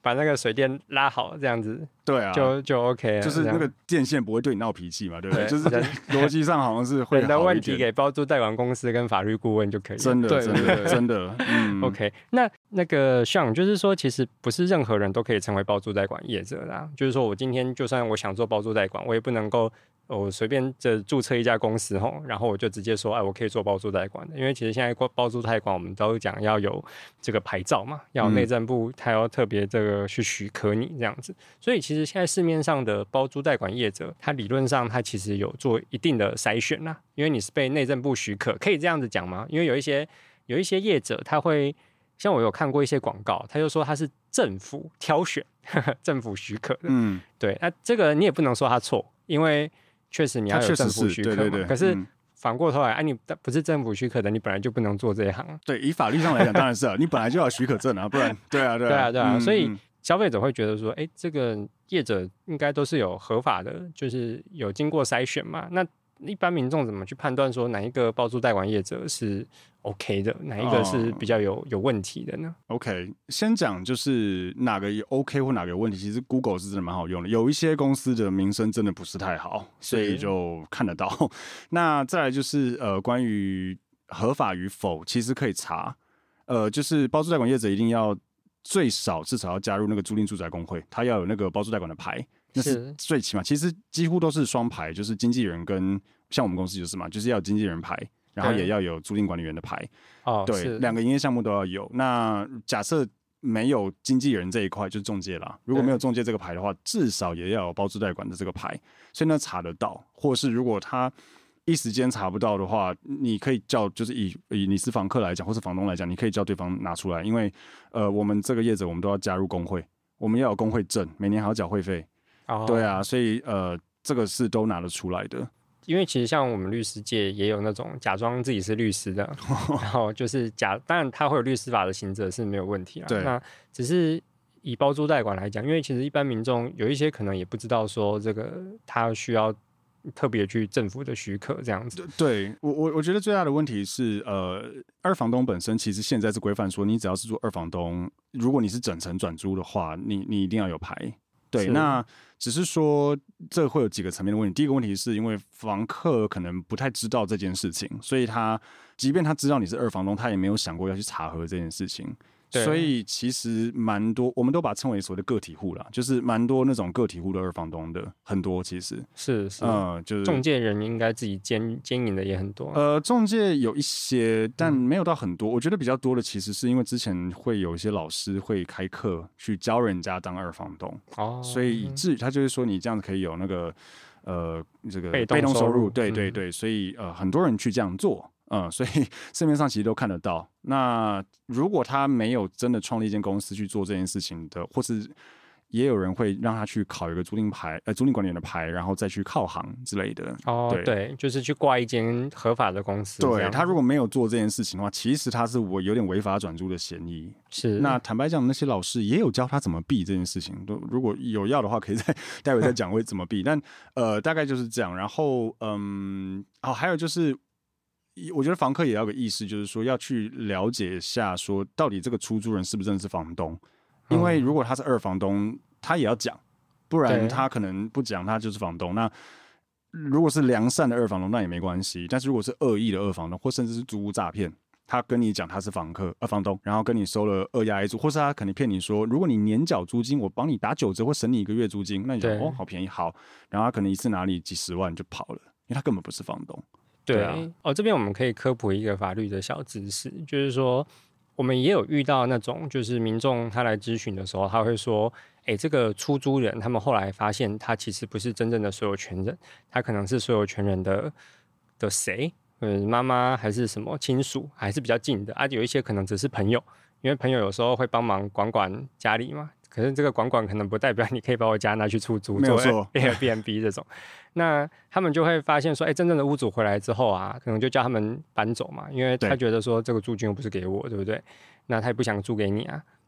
把那个水电拉好，这样子， 对啊， 就就 OK 了， 就是那个电线不会对你闹脾气嘛，对不对？就是逻辑上好像是会好一点。 人的问题给包租代管公司跟法律顾问就可以了。 真的，真的，真的。嗯、 OK， 那那个Sean就是说，其实不是任何人都可以成为包租代管业者啦。就是说我今天就算我想做包租代管，我也不能够。我随便这注册一家公司吼，然后我就直接说，哎，我可以做包租代管的，因为其实现在包租代管我们都讲要有这个牌照嘛，要有内政部他要特别这个去许可你这样子，所以其实现在市面上的包租代管业者，他理论上他其实有做一定的筛选啦，因为你是被内政部许可，可以这样子讲吗？因为有一些有一些业者他会，像我有看过一些广告，他就说他是政府挑选，呵呵政府许可的，嗯，对，那这个你也不能说他错，因为确实你要有政府许可嘛， 对对对， 可是反过头来，哎、啊，你不是政府许可的，你本来就不能做这一行。 对，以法律上来讲，当然是啊，你本来就要许可证啊，不然，对啊，对啊， 对啊，对啊， 嗯、 所以消费者会觉得说，哎，这个业者应该都是有合法的，就是有经过筛选嘛。那一般民众怎么去判断说哪一个包租代管业者是 OK 的，哪一个是比较有、哦、有问题的呢 ？OK， 先讲就是哪个 OK 或哪个有问题，其实 Google 是真的蛮好用的。有一些公司的名声真的不是太好，所以就看得到。那再来就是呃，关于合法与否，其实可以查。呃，就是包租代管业者一定要最少至少要加入那个租赁住宅公会，他要有那个包租代管的牌。那是最起码，其实几乎都是双牌，就是经纪人跟像我们公司就是嘛，就是要有经纪人牌，然后也要有租赁管理员的牌。哦，对，两个营业项目都要有。那假设没有经纪人这一块，就是中介啦。如果没有中介这个牌的话，至少也要有包租代管的这个牌，所以呢查得到。或是如果他一时间查不到的话，你可以叫，就是以以你是房客来讲，或是房东来讲，你可以叫对方拿出来，因为呃，我们这个业者我们都要加入工会，我们要有工会证，每年还要缴会费。Oh. 对啊，所以呃，这个是都拿得出来的。 因为其实像我们律师界也有那种假装自己是律师的，然后就是假，当然他会有律师法的刑责是没有问题啦。 对， 那只是以包租代管来讲，因为其实一般民众有一些可能也不知道说这个他需要特别去政府的许可这样子。 对，我我我觉得最大的问题是，呃，二房东本身其实现在是规范说，你只要是做二房东，如果你是整层转租的话，你你一定要有牌。对，那只是说这会有几个层面的问题。第一个问题是因为房客可能不太知道这件事情，所以他即便他知道你是二房东，他也没有想过要去查核这件事情。所以其实蛮多，我们都把它称为所谓的个体户啦，就是蛮多那种个体户的二房东的，很多其实是是， 呃，就是中介人应该自己兼经营的也很多。 呃，中介有一些，但没有到很多。嗯、我觉得比较多的其实是因为之前会有一些老师会开课去教人家当二房东，哦，所以以至于他就是说你这样子可以有那个呃这个被动收入， 对对对，嗯、所以呃很多人去这样做。嗯，所以市面上其实都看得到。那如果他没有真的创立一间公司去做这件事情的，或是也有人会让他去考一个租赁牌，呃，租赁管理员的牌，然后再去靠行之类的。 哦，对，对，就是去挂一间合法的公司。 对，他如果没有做这件事情的话，其实他是我有点违法转租的嫌疑。 是。 那坦白讲，那些老师也有教他怎么避这件事情。如果有要的话，可以再待会再讲会怎么避。但呃，大概就是这样。然后嗯，哦，还有就是。我觉得房客也要有个意识，就是说要去了解一下，说到底这个出租人是不是真的是房东？因为如果他是二房东，他也要讲，不然他可能不讲，他就是房东。那如果是良善的二房东，那也没关系。但是如果是恶意的二房东，或甚至是租屋诈骗，他跟你讲他是房客、呃房东，然后跟你收了二押一租，或是他可能骗你说，如果你年缴租金，我帮你打九折或省你一个月租金，那你就哦好便宜好，然后他可能一次拿你几十万就跑了，因为他根本不是房东。 对, 对啊， 哦，这边我们可以科普一个法律的小知识，就是说我们也有遇到那种，就是民众他来咨询的时候，他会说，哎，这个出租人，他们后来发现他其实不是真正的所有权人，他可能是所有权人的的谁，嗯，妈妈还是什么亲属，还是比较近的啊，有一些可能只是朋友，因为朋友有时候会帮忙管管家里嘛。可是这个管管可能不代表你可以把我家拿去出租， 没有错 ，Airbnb 这种，那他们就会发现说，哎、欸，真正的屋主回来之后啊，可能就叫他们搬走嘛，因为他觉得说这个租金又不是给我，对不对？那他也不想租给你啊。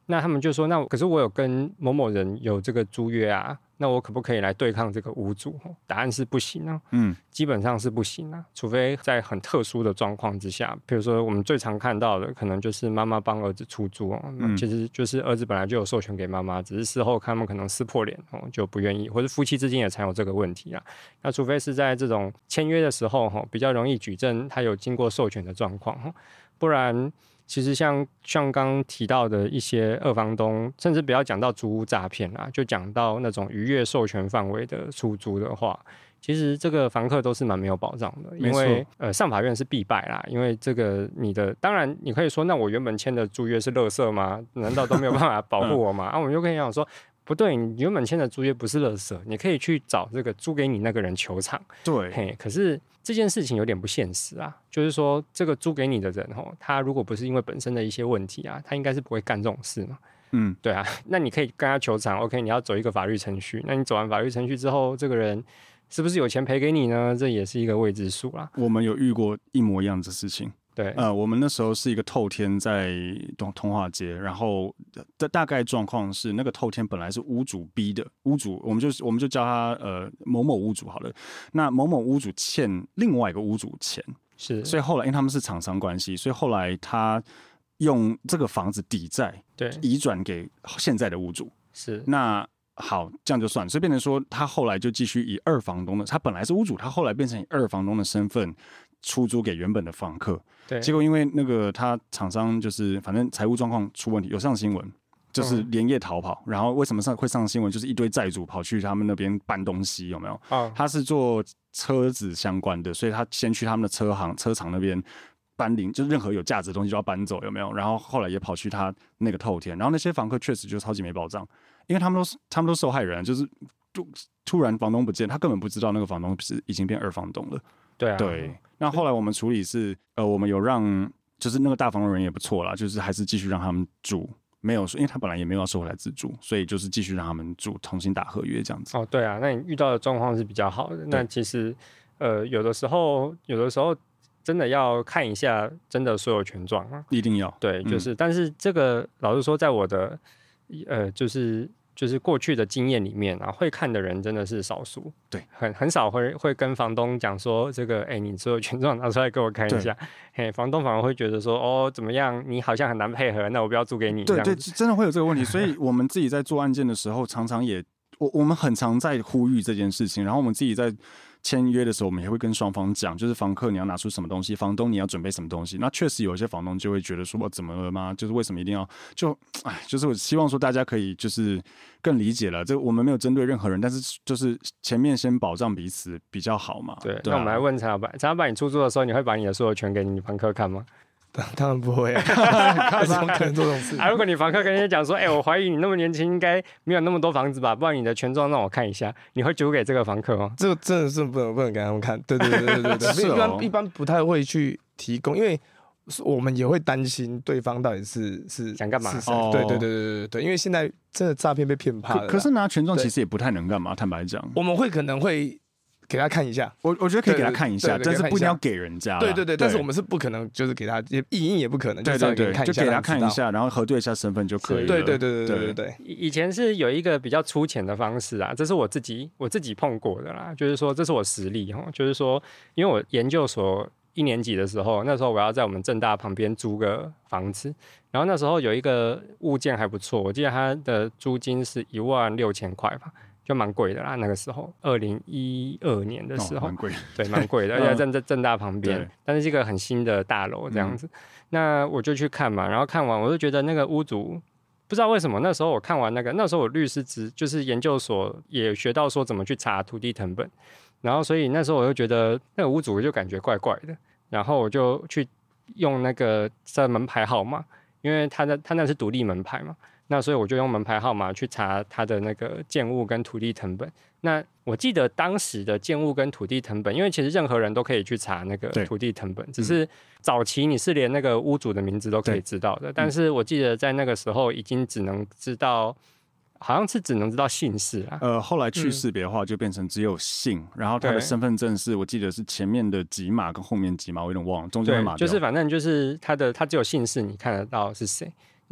那他们就说，那可是我有跟某某人有这个租约啊，那我可不可以来对抗这个屋主？答案是不行啊，嗯，基本上是不行啊，除非在很特殊的状况之下，比如说我们最常看到的，可能就是妈妈帮儿子出租哦，嗯、其实就是儿子本来就有授权给妈妈，只是事后看他们可能撕破脸哦，就不愿意，或者夫妻之间也常有这个问题啊。那除非是在这种签约的时候哈，比较容易举证他有经过授权的状况，不然。其实像像刚刚提到的一些二房东，甚至不要讲到租屋诈骗啦，就讲到那种逾越授权范围的出租的话，其实这个房客都是蛮没有保障的，因为呃上法院是必败啦，因为这个你的当然你可以说，那我原本签的租约是垃圾吗？难道都没有办法保护我吗？啊，我们就可以讲说。不对，你原本签的租约不是垃圾，你可以去找这个租给你那个人求偿。 对， 嘿，可是这件事情有点不现实啊，就是说这个租给你的人吼，他如果不是因为本身的一些问题啊，他应该是不会干这种事嘛。嗯，对啊，那你可以跟他求偿 ，OK， 你要走一个法律程序，那你走完法律程序之后，这个人是不是有钱赔给你呢？这也是一个未知数啦。 我们有遇过一模一样的事情。 对， 呃，我们那时候是一个透天在通化街，然后的大概状况是，那个透天本来是屋主逼的，屋主我们就我们就叫他呃某某屋主好了。那某某屋主欠另外一个屋主钱， 是， 所以后来因为他们是厂商关系，所以后来他用这个房子抵债， 对， 移转给现在的屋主。 是， 那好，这样就算，所以变成说他后来就继续以二房东的，他本来是屋主，他后来变成以二房东的身份出租给原本的房客。 对， 结果因为那个他厂商就是反正财务状况出问题，有上新闻，就是连夜逃跑。嗯、然后为什么上会上新闻？就是一堆债主跑去他们那边搬东西，有没有？哦、他是做车子相关的，所以他先去他们的车行、车厂那边搬零，就是任何有价值的东西都要搬走，有没有？然后后来也跑去他那个透天，然后那些房客确实就超级没保障，因为他们都他们都受害人，就是突然房东不见，他根本不知道那个房东是已经变二房东了。 对啊， 对。那后来我们处理是，呃，我们有让，就是那个大房东人也不错啦，就是还是继续让他们住，没有说，因为他本来也没有要收回来自住，所以就是继续让他们住，重新打合约这样子。 哦，对啊，那你遇到的状况是比较好的。那其实，呃，有的时候，有的时候真的要看一下真的所有权状啊， 一定要。 对，就是，嗯、但是这个老实说，在我的，呃，就是。就是过去的经验里面啊，会看的人真的是少数， 对， 很很少会会跟房东讲说这个，哎、欸，你所有权状拿出来给我看一下，嘿，房东反而会觉得说，哦，怎么样，你好像很难配合，那我不要租给你。 对对，真的会有这个问题，所以我们自己在做案件的时候，常常也，我我们很常在呼吁这件事情，然后我们自己在签约的时候，我们也会跟双方讲，就是房客你要拿出什么东西，房东你要准备什么东西。那确实有一些房东就会觉得说，我怎么了吗？就是为什么一定要就，哎，就是我希望说大家可以就是更理解了。这我们没有针对任何人，但是就是前面先保障彼此比较好嘛。 对，对啊、那我们来问陈老板，陈老板，你出租的时候，你会把你的所有权给你房客看吗？ 当然不会、啊，怎么可能做这种事？ 啊，如果你房客跟你讲说，哎、欸，我怀疑你那么年轻，应该没有那么多房子吧？不然你的权状让我看一下，你会租给这个房客吗？ 这个真的是不能不能给他们看。对对对对对对，是哦、一般一般不太会去提供，因为我们也会担心对方到底是是想干嘛。 哦、对对对对对对，因为现在真的诈骗被骗怕了。 可是拿权状其实也不太能干嘛，坦白讲， 我们会可能会。给他看一下， 我我觉得可以给他看一下，但是不一定要给人家。 对对对，但是我们是不可能，就是给他也意淫也不可能， 对对对，就给他看一下，然后核对一下身份就可以了。 对对对对对对对。 以前是有一个比较粗浅的方式啊，这是我自己我自己碰过的啦，就是说这是我实力哈，就是说因为我研究所一年级的时候，那时候我要在我们政大旁边租个房子，然后那时候有一个物件还不错，我记得它的租金是一万六千块吧。就蛮贵的啦，那个时候，二零一二年的时候，蛮、 哦、贵， 对，蛮贵的，而且在政大旁边，但是是一个很新的大楼这样子、嗯。那我就去看嘛，然后看完我就觉得那个屋主不知道为什么，那时候我看完那个，那时候我律师执就是研究所也学到说怎么去查土地誊本，然后所以那时候我就觉得那个屋主我就感觉怪怪的，然后我就去用那个在门牌号码，因为他的他那是独立门牌嘛。那所以我就用门牌号码去查他的那个建物跟土地誊本。那我记得当时的建物跟土地誊本，因为其实任何人都可以去查那个土地誊本，只是早期你是连那个屋主的名字都可以知道的。但是我记得在那个时候已经只能知道，好像是只能知道姓氏啊。 呃，后来去识别的话就变成只有姓，嗯、然后他的身份证是我记得是前面的几码跟后面几码，我有点忘了，中间的码就是反正就是他的他只有姓氏，你看得到是谁。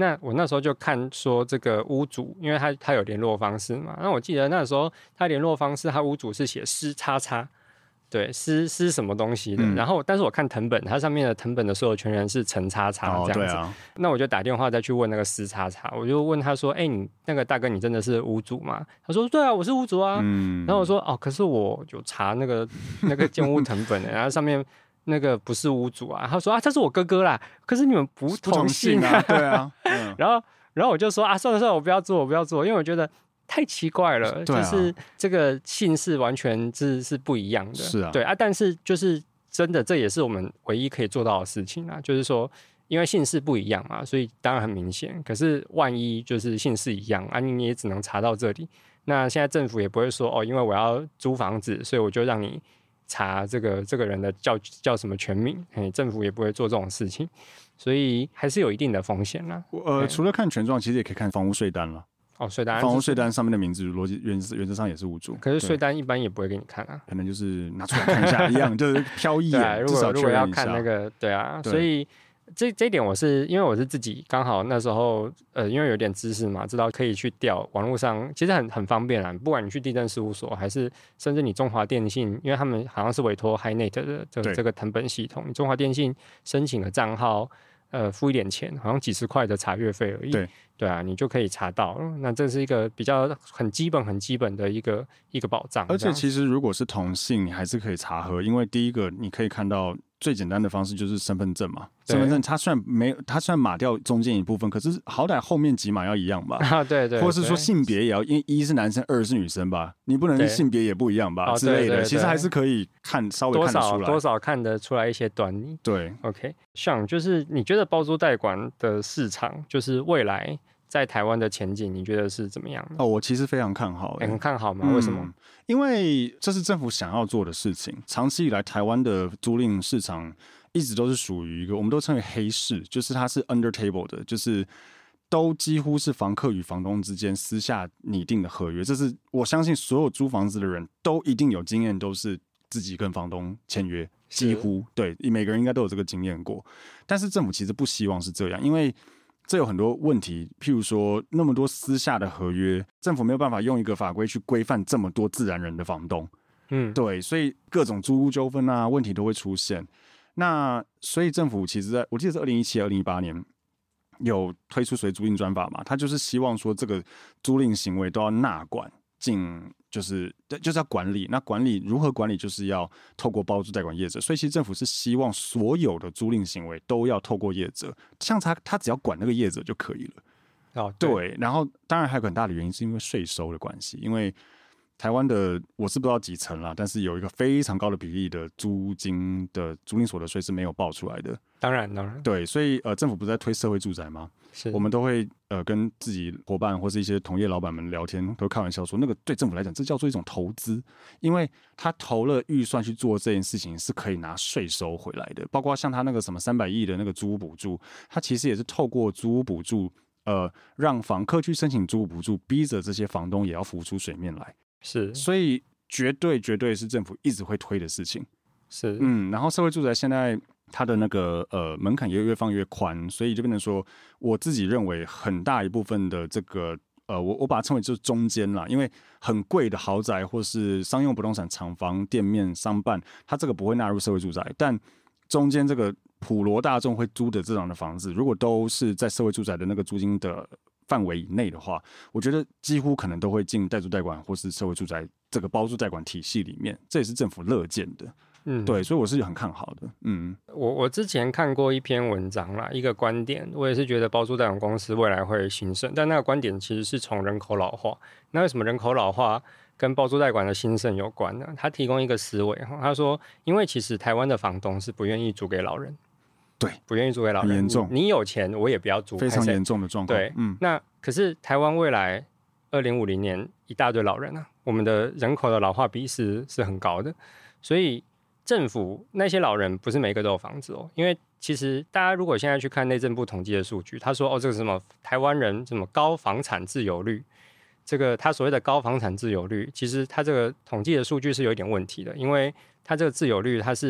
那我那时候就看说这个屋主，因为他他有联络方式嘛，那我记得那时候他联络方式，他屋主是写施叉叉。对，施施什么东西的、嗯，然后但是我看藤本，它上面的藤本的所有权人是陈叉叉这样子、哦啊，那我就打电话再去问那个施叉叉，我就问他说，哎、欸，你那个大哥，你真的是屋主吗？他说，对啊，我是屋主啊。嗯、然后我说，哦，可是我有查那个那个建屋藤本的，然后上面那个不是屋主啊。他说啊，这是我哥哥啦，可是你们不同姓啊， 啊对啊。嗯、 然后然后我就说啊，算了算了，我不要做，我不要做，因为我觉得。太奇怪了、啊，就是这个姓氏完全是是不一样的， 是啊， 对啊，但是就是真的，这也是我们唯一可以做到的事情啊，就是说，因为姓氏不一样嘛，所以当然很明显。可是万一就是姓氏一样啊，你也只能查到这里。那现在政府也不会说哦，因为我要租房子，所以我就让你查这个这个人的叫叫什么全名，嘿，政府也不会做这种事情，所以还是有一定的风险啦。 呃，除了看权状，其实也可以看房屋税单了。 哦，税单， 房屋税单上面的名字逻辑原原则上也是屋主， 可是税单一般也不会给你看啊， 可能就是拿出来看一下一样，就是瞟一眼， 啊、如果如果要看那个，对啊， 对所以这这一点我是因为我是自己刚好那时候呃，因为有点知识嘛，知道可以去调网络上，其实很很方便啊，不管你去地政事务所，还是甚至你中华电信，因为他们好像是委托 HiNet 的这个这个藤本系统，你中华电信申请个账号。呃，付一点钱，好像几十块的查阅费而已。 对， 对啊，你就可以查到。那这是一个比较很基本、很基本的一个一个保障。 而且其实如果是同性，你还是可以查核，因为第一个你可以看到最简单的方式就是身份证嘛。身份证它虽然没有，它虽然码掉中间一部分，可是好歹后面几码要一样吧？ 啊，对 对, 对。 或者是说性别也要，因为一是男生，二是女生吧，你不能性别也不一样吧之类的。 对对对对， 其实还是可以看稍微看得出来， 多少多少看得出来一些端倪。 对 ，OK， 像就是你觉得包租代管的市场，就是未来在台湾的前景，你觉得是怎么样的？ 哦，我其实非常看好、欸， 很看好吗？为什么？ 嗯，因为这是政府想要做的事情。长期以来，台湾的租赁市场一直都是属于一个我们都称为黑市，就是它是 under table 的，就是都几乎是房客与房东之间私下拟定的合约。这是我相信所有租房子的人都一定有经验，都是自己跟房东签约，几乎对每个人应该都有这个经验过。但是政府其实不希望是这样，因为这有很多问题，譬如说那么多私下的合约，政府没有办法用一个法规去规范这么多自然人的房东。嗯，对，所以各种租屋纠纷啊问题都会出现。那所以政府其实在我记得是二零一七、二零一八年有推出随租赁专法嘛，他就是希望说这个租赁行为都要纳管进，就是就是要管理。那管理如何管理，就是要透过包租代管业者。所以其实政府是希望所有的租赁行为都要透过业者，像他他只要管那个业者就可以了。 哦，对。 对，然后当然还有个很大的原因是因为税收的关系，因为台湾的我是不知道几成啦，但是有一个非常高的比例的租金的租赁所得税是没有报出来的。 当然，当然， 对，所以呃，政府不是在推社会住宅吗？是，我们都会呃跟自己伙伴或是一些同业老板们聊天，都开玩笑说，那个对政府来讲，这叫做一种投资，因为他投了预算去做这件事情，是可以拿税收回来的。包括像他那个什么三百亿的那个租屋补助，他其实也是透过租屋补助，呃，让房客去申请租屋补助，逼着这些房东也要浮出水面来。是，所以绝对绝对是政府一直会推的事情。是，嗯，然后社会住宅现在它的那个呃门槛也越放越宽，所以就变成说，我自己认为很大一部分的这个呃，我我把它称为就是中间啦，因为很贵的豪宅或是商用不动产、厂房、店面、商办，它这个不会纳入社会住宅，但中间这个普罗大众会租的这样的房子，如果都是在社会住宅的那个租金的范围以内的话，我觉得几乎可能都会进代租代管或是社会住宅这个包租代管体系里面，这也是政府乐见的。嗯，对，所以我是很看好的。嗯， 我我之前看过一篇文章啦，一个观点，我也是觉得包租代管公司未来会兴盛，但那个观点其实是从人口老化。那为什么人口老化跟包租代管的兴盛有关呢？他提供一个思维，他说，因为其实台湾的房东是不愿意租给老人。 对， 不愿意租给老人， 很严重。 你有钱，我也不要租， 非常严重的状况。 对，嗯，那可是台湾未来二零五零年一大堆老人啊，我们的人口的老化比是是很高的，所以政府那些老人不是每个都有房子哦，因为其实大家如果现在去看内政部统计的数据，他说哦，这个是什么台湾人什么高房产自有率，这个他所谓的高房产自有率，其实他这个统计的数据是有一点问题的，因为他这个自有率它是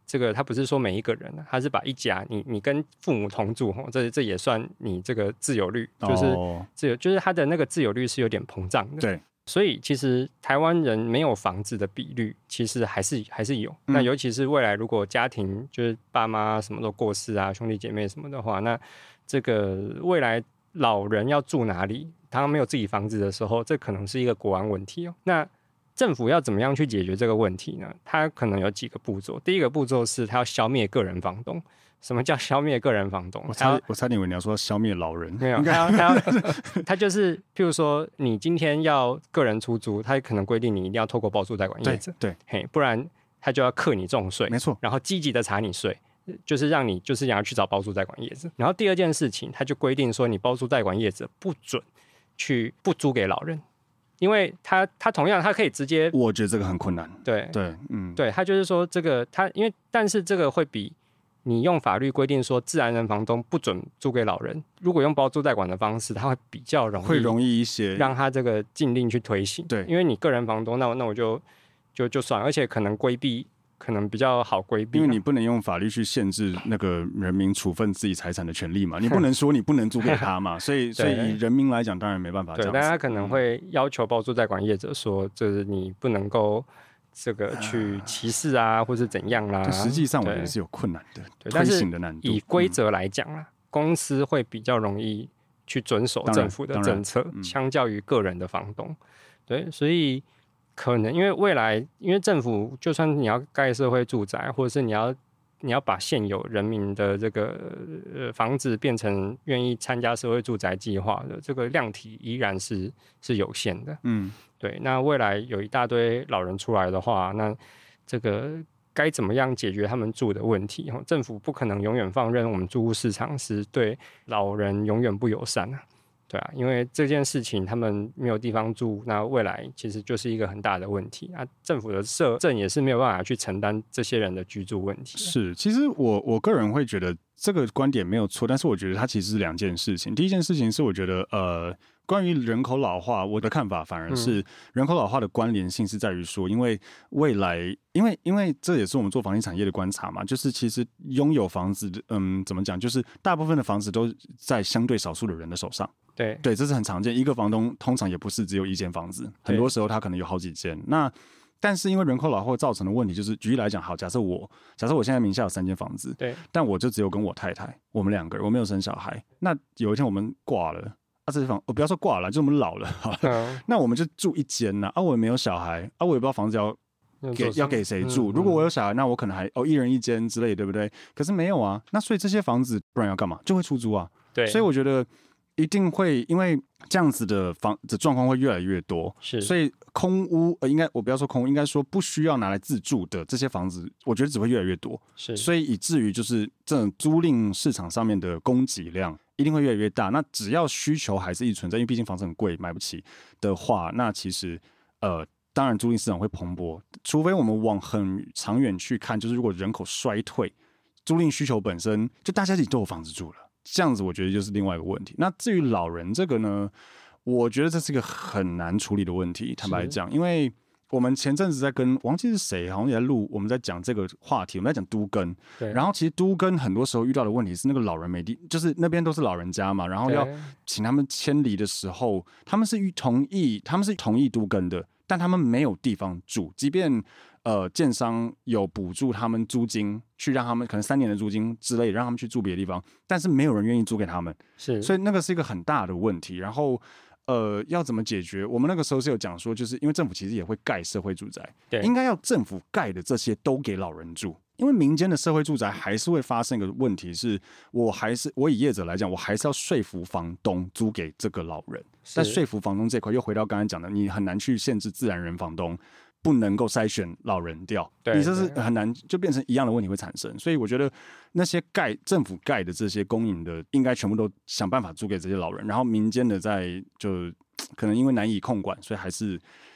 这个他不是说每一个人，他是把一家你你跟父母同住，这这也算你这个自有率，就是自由，就是他的那个自有率是有点膨胀的。 对， 所以其实台湾人没有房子的比率，其实还是还是有。 嗯、 那尤其是未来如果家庭就是爸妈什么都过世啊，兄弟姐妹什么的话，那这个未来老人要住哪里？他没有自己房子的时候，这可能是一个国安问题哦。那政府要怎么样去解决这个问题呢？它可能有几个步骤。第一个步骤是它要消灭个人房东。什么叫消灭个人房东？ 我差我差点以为你要说消灭老人。 没有，他要他要他就是，譬如说你今天要个人出租，他可能规定你一定要透过包租代管业者， 对， 嘿，不然他就要课你重税， 没错， 然后积极的查你税。就是让你就是想要去找包租代管业者，然后第二件事情，他就规定说，你包租代管业者不准去不租给老人，因为他他同样他可以直接， 我觉得这个很困难。 对对，嗯， 对，他就是说这个他因为但是这个会比你用法律规定说自然人房东不准租给老人，如果用包租代管的方式，他会比较容易会容易一些， 让他这个禁令去推行。 对， 因为你个人房东，那那我就就就算，而且可能规避。可能比较好规避， 因为你不能用法律去限制那个人民处分自己财产的权利嘛，你不能说你不能租给他嘛，所以所以以人民来讲，当然没办法这样子。 对，但他可能会要求包租代管业者说，就是你不能够这个去歧视啊，或是怎样啦。 实际上我觉得是有困难的， 对， 推行的难度。 以规则来讲啊，嗯、公司会比较容易去遵守政府的政策，嗯、相较于个人的房东。对，所以。可能因为未来，因为政府就算你要盖社会住宅，或者是你要你要把现有人民的这个呃房子变成愿意参加社会住宅计划的这个量体，依然是是有限的。嗯，对。那未来有一大堆老人出来的话，那这个该怎么样解决他们住的问题？政府不可能永远放任我们住屋市场是对老人永远不友善啊。对啊，因为这件事情他们没有地方住，那未来其实就是一个很大的问题啊。政府的社政也是没有办法去承担这些人的居住问题。 是，其实我我个人会觉得这个观点没有错，但是我觉得它其实是两件事情。第一件事情是我觉得呃。关于人口老化，我的看法反而是人口老化的关联性是在于说，因为未来，因为因为这也是我们做房地产业的观察嘛，就是其实拥有房子，嗯，怎么讲，就是大部分的房子都在相对少数的人的手上。 对对，这是很常见。一个房东通常也不是只有一间房子，很多时候他可能有好几间。那但是因为人口老化造成的问题，就是举例来讲，好，假设我假设我现在名下有三间房子， 对， 但我就只有跟我太太，我们两个人，我没有生小孩。那有一天我们挂了。啊，这房我不要说挂了，就我们老了，好了，嗯、那我们就住一间呐、啊。啊，我也没有小孩，啊，我也不知道房子要给要给谁住。嗯、如果我有小孩，那我可能还哦一人一间之类，对不对？可是没有啊，那所以这些房子不然要干嘛？就会出租啊。 对， 所以我觉得一定会因为这样子的房的状况会越来越多， 是， 所以空屋呃，应该我不要说空屋，应该说不需要拿来自住的这些房子，我觉得只会越来越多。 是， 所以以至于就是这种租赁市场上面的供给量。一定会越来越大。那只要需求还是一直存在，因为毕竟房子很贵，买不起的话，那其实呃，当然租赁市场会蓬勃。除非我们往很长远去看，就是如果人口衰退，租赁需求本身就大家自己都有房子住了，这样子我觉得就是另外一个问题。那至于老人这个呢，我觉得这是一个很难处理的问题。坦白讲，因为我们前阵子在跟忘记是谁，好像也在录，我们在讲这个话题，我们在讲都更。 对。 然后其实都更很多时候遇到的问题是，那个老人没地，就是那边都是老人家嘛，然后要请他们迁离的时候，他们是同意，他们是同意都更的，但他们没有地方住，即便呃建商有补助他们租金，去让他们可能三年的租金之类，让他们去住别的地方，但是没有人愿意租给他们， 是， 所以那个是一个很大的问题。然后。呃，要怎么解决？我们那个时候是有讲说，就是因为政府其实也会盖社会住宅， 对， 应该要政府盖的这些都给老人住，因为民间的社会住宅还是会发生一个问题是，我还是我以业者来讲，我还是要说服房东租给这个老人，但说服房东这块又回到刚才讲的，你很难去限制自然人房东。不能够筛选老人掉，你这是很难，就变成一样的问题会产生。所以我觉得那些盖政府盖的这些公营的，应该全部都想办法租给这些老人，然后民间的在就可能因为难以控管，所以还是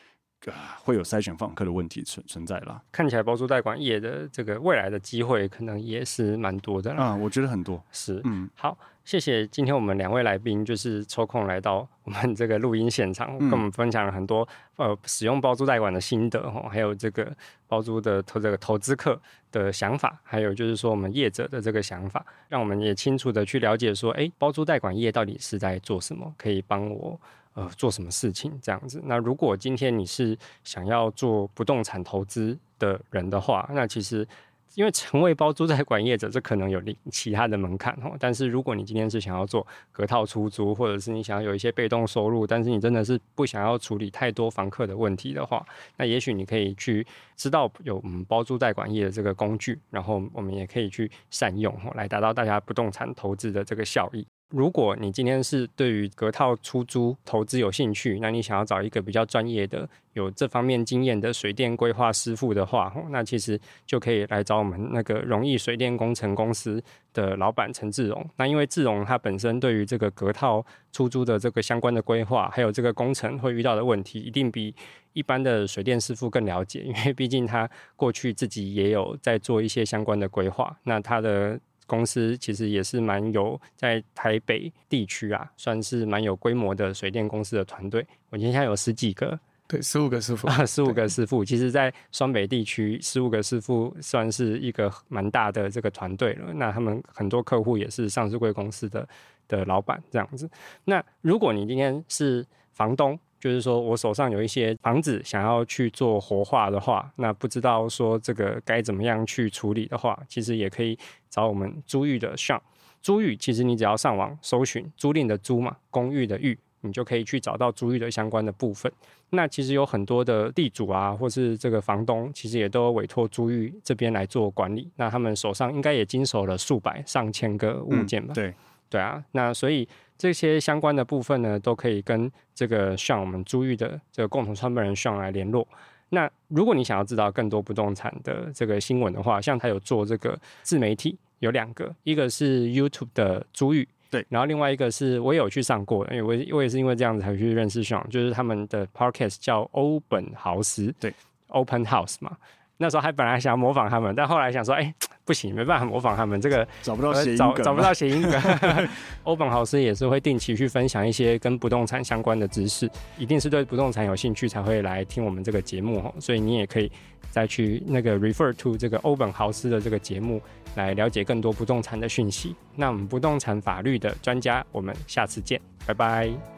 呃、会有筛选访客的问题存存在啦。 看起来包租代管业的这个未来的机会可能也是蛮多的啦。 啊，我觉得很多是，嗯，好，谢谢今天我们两位来宾，就是抽空来到我们这个录音现场，跟我们分享了很多呃使用包租代管的心得，还有这个包租的投这个投资客的想法，还有就是说我们业者的这个想法，让我们也清楚的去了解说，哎，包租代管业到底是在做什么，可以帮我呃做什么事情这样子。那如果今天你是想要做不动产投资的人的话，那其实因为成为包租代管业者，这可能有其他的门槛，但是如果你今天是想要做隔套出租，或者是你想要有一些被动收入，但是你真的是不想要处理太多房客的问题的话，那也许你可以去知道有我们包租代管业的这个工具，然后我们也可以去善用，来达到大家不动产投资的这个效益。如果你今天是对于隔套出租投资有兴趣，那你想要找一个比较专业的有这方面经验的水电规划师傅的话，那其实就可以来找我们那个荣毅水电工程公司的老板陈志荣。那因为志荣他本身对于这个隔套出租的这个相关的规划，还有这个工程会遇到的问题，一定比一般的水电师傅更了解，因为毕竟他过去自己也有在做一些相关的规划，那他的公司其实也是蛮有在台北地区啊，算是蛮有规模的水电公司的团队。我今天现在有十几个， 对，十五个师傅啊，十五个师傅。其实，在双北地区，十五个师傅算是一个蛮大的这个团队了。那他们很多客户也是上市贵公司的的老板这样子。那如果你今天是房东，就是说我手上有一些房子想要去做活化的话，那不知道说这个该怎么样去处理的话，其实也可以找我们租寓的 Sean。租寓其实你只要上网搜寻租赁的租嘛，公寓的寓，你就可以去找到租寓的相关的部分。那其实有很多的地主啊，或是这个房东，其实也都委托租寓这边来做管理。那他们手上应该也经手了数百上千个物件吧？ 嗯、对。 对啊，那所以这些相关的部分呢，都可以跟这个像我们租寓的这个共同创办人Sean来联络。那如果你想要知道更多不动产的这个新闻的话，像他有做这个自媒体，有两个，一个是 YouTube 的租寓， 对， 然后另外一个是我也有去上过的，因为我我也是因为这样子才去认识Sean，就是他们的 Podcast 叫欧本豪斯， 对 ，Open House 嘛。那时候还本来想要模仿他们，但后来想说，哎、欸，不行，没办法模仿他们，这个找不到谐音梗，找找不到谐音梗。欧本豪斯也是会定期去分享一些跟不动产相关的知识，一定是对不动产有兴趣才会来听我们这个节目，所以你也可以再去那个 refer to 这个欧本豪斯的这个节目来了解更多不动产的讯息。那我们不动产法律的专家，我们下次见，拜拜。